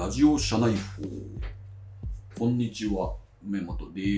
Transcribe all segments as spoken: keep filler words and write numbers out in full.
ラジオ社内報。こんにちは、梅本です。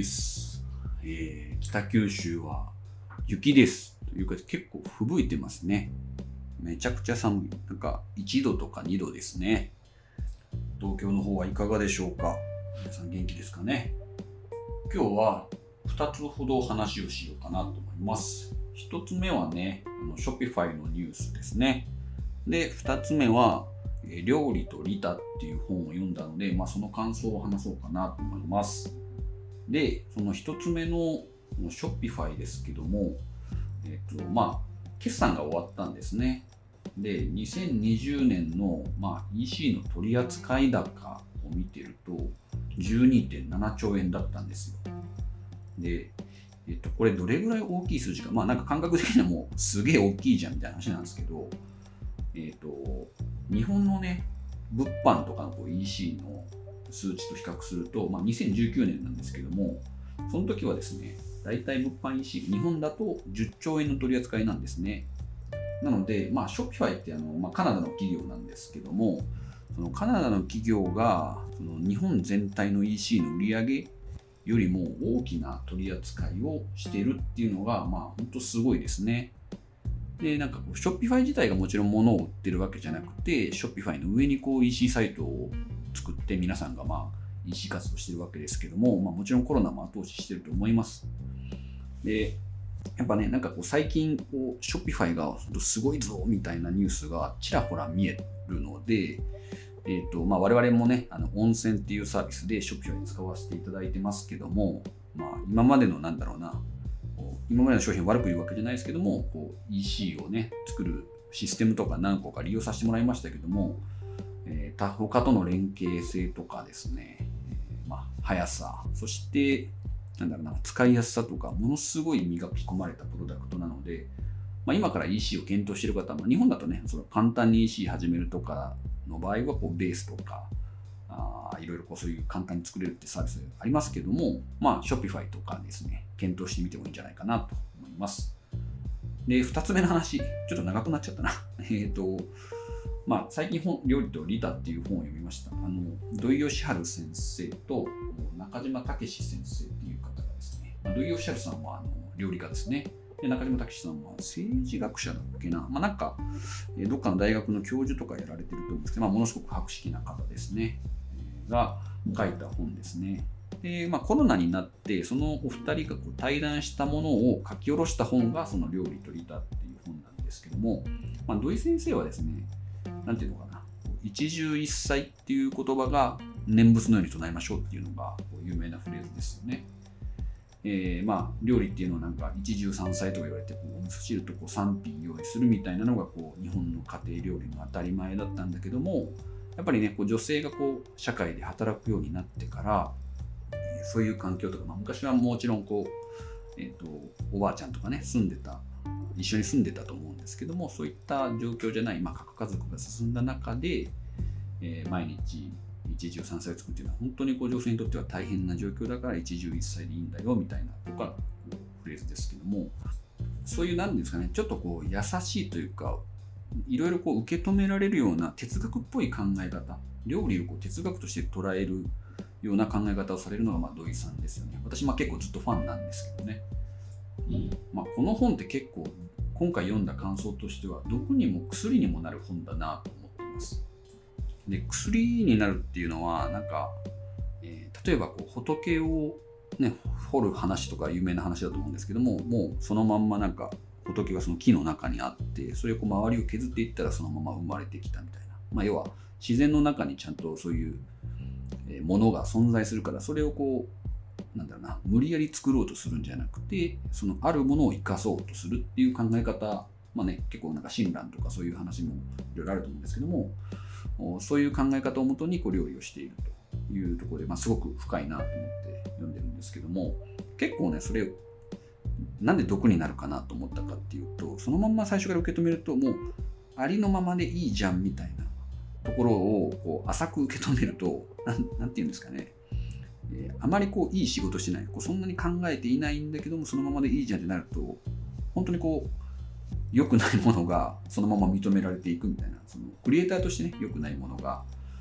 えー、北九州は雪です。というか結構吹雪いてますね。めちゃくちゃ寒い。なんかいちどとかにどですね。東京の方はいかがでしょうか。皆さん元気ですかね。今日はふたつほど話をしようかなと思います。ひとつめはね、Shopify のニュースですね。で、ふたつめは料理と利他っていう本を読んだので、まあ、その感想を話そうかなと思います。で、そのひとつめの Shopify ですけども、えっと、まあ、決算が終わったんですね。で、にせんにじゅうねんの、まあ、イーシー の取扱高を見てると じゅうにてんななちょうえんだったんですよ。で、えっと、これどれぐらい大きい数字か、まあなんか感覚的にはもうすげえ大きいじゃんみたいな話なんですけど、えっと、日本のね、物販とかのこう イーシー の数値と比較すると、まあ、にせんじゅうきゅうねんなんですけども、その時はですね、大体物販 イーシー、日本だとじゅっちょうえんの取り扱いなんですね。なので、まあ、Shopify ってあの、まあ、カナダの企業なんですけども、そのカナダの企業がその日本全体の イーシー の売り上げよりも大きな取り扱いをしているっていうのが、まあ、本当すごいですね。で、なんかこう、Shopify 自体がもちろん物を売ってるわけじゃなくて、Shopify の上にこう イーシー サイトを作って皆さんがまあ イーシー 活動してるわけですけども、まあ、もちろんコロナも後押ししてると思います。で、やっぱね、なんかこう最近こう Shopify がすごいぞみたいなニュースがちらほら見えるので、えーとまあ、我々もね、あの温泉っていうサービスで Shopify 使わせていただいてますけども、まあ、今までのなんだろうな、今までの商品を悪く言うわけじゃないですけども、こう イーシー をね、作るシステムとか何個か利用させてもらいましたけども、えー、他との連携性とかですね、えーまあ、速さ、そして、なんだろうな、使いやすさとか、ものすごい磨き込まれたプロダクトなので、まあ、今から イーシー を検討している方は、まあ、日本だとね、その簡単に イーシー 始めるとかの場合は、こうベースとか、あいろいろこうそういう簡単に作れるってサービスありますけども、まあ、Shopify とかですね、検討してみてもいいんじゃないかなと思います。で、二つ目の話、ちょっと長くなっちゃったな。えっと、まあ、最近本、料理と利他っていう本を読みました。あの、土井善晴先生と中島武史先生っていう方がですね、まあ、土井善晴さんはあの料理家ですね。で、中島武史さんは政治学者だっけな。まあ、なんか、どっかの大学の教授とかやられてると思うんですけど、まあ、ものすごく博識な方ですね。が書いた本ですね。で、まあ、コロナになってそのお二人がこう対談したものを書き下ろした本がその料理と利他っていう本なんですけども、まあ、土井先生はですね、なんていうのかな、一汁一菜っていう言葉が念仏のように唱えましょうっていうのが有名なフレーズですよね。えー、まあ料理っていうのはなんか一汁三菜とか言われてこうお味噌汁とこうさん品用意するみたいなのがこう日本の家庭料理の当たり前だったんだけども、やっぱりね、こう女性がこう社会で働くようになってから、えー、そういう環境とか、まあ、昔はもちろんこう、えーと、おばあちゃんとかね、住んでた、一緒に住んでたと思うんですけども、そういった状況じゃない、まあ、核家族が進んだ中で、えー、毎日一汁三菜を作るっていうのは本当にこう女性にとっては大変な状況だから一汁一菜でいいんだよみたいなとかフレーズですけども、そういう何ですかね、ちょっとこう優しいというか、いろいろこう受け止められるような哲学っぽい考え方、料理をこう哲学として捉えるような考え方をされるのがまあ土井さんですよね。私まあ結構ずっとファンなんですけどね。うんまあ、この本って結構今回読んだ感想としては毒にも薬にもなる本だなと思っています。で、薬になるっていうのはなんか、えー、例えばこう仏を、ね、掘る話とか有名な話だと思うんですけども、もうそのまんまなんか仏がその木の中にあって、それをこう周りを削っていったらそのまま生まれてきたみたいな、まあ、要は自然の中にちゃんとそういうものが存在するから、それをこうなんだろうな、無理やり作ろうとするんじゃなくて、そのあるものを生かそうとするっていう考え方、まあね、結構なんか親鸞とかそういう話もいろいろあると思うんですけども、そういう考え方をもとにこう料理をしているというところで、まあ、すごく深いなと思って読んでるんですけども、結構ね、それをなんで毒になるかなと思ったかっていうと、そのまんま最初から受け止めると、もうありのままでいいじゃんみたいなところをこう浅く受け止めると、なん、なんていうんですかね、えー、あまりこういい仕事してない、こうそんなに考えていないんだけども、そのままでいいじゃんってなると、本当にこう良くないものがそのまま認められていくみたいな、そのクリエイターとしてね、良くないものが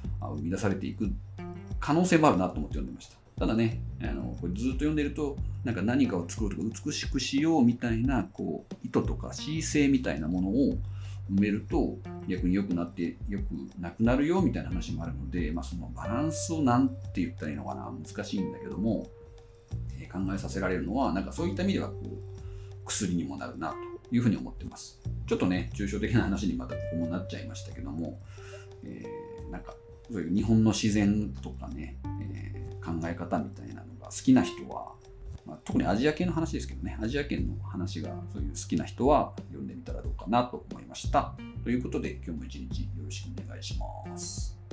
生み出されていく可能性もあるなと思って読んでました。ただね、あのこれずっと読んでると、なんか何かを作るとか美しくしようみたいなこう意図とか恣意性みたいなものを埋めると逆に良くなって良くなくなるよみたいな話もあるので、まあ、そのバランスをなんて言ったらいいのかな、難しいんだけども、えー、考えさせられるのはなんかそういった意味ではこう薬にもなるなというふうに思ってます。ちょっとね抽象的な話にまたここもなっちゃいましたけども、えー、なんかそういう日本の自然とかね、えー、考え方みたいなのが好きな人は、まあ、特にアジア系の話ですけどね、アジア圏の話がそういう好きな人は読んでみたらどうかなと思いました。ということで今日も一日よろしくお願いします。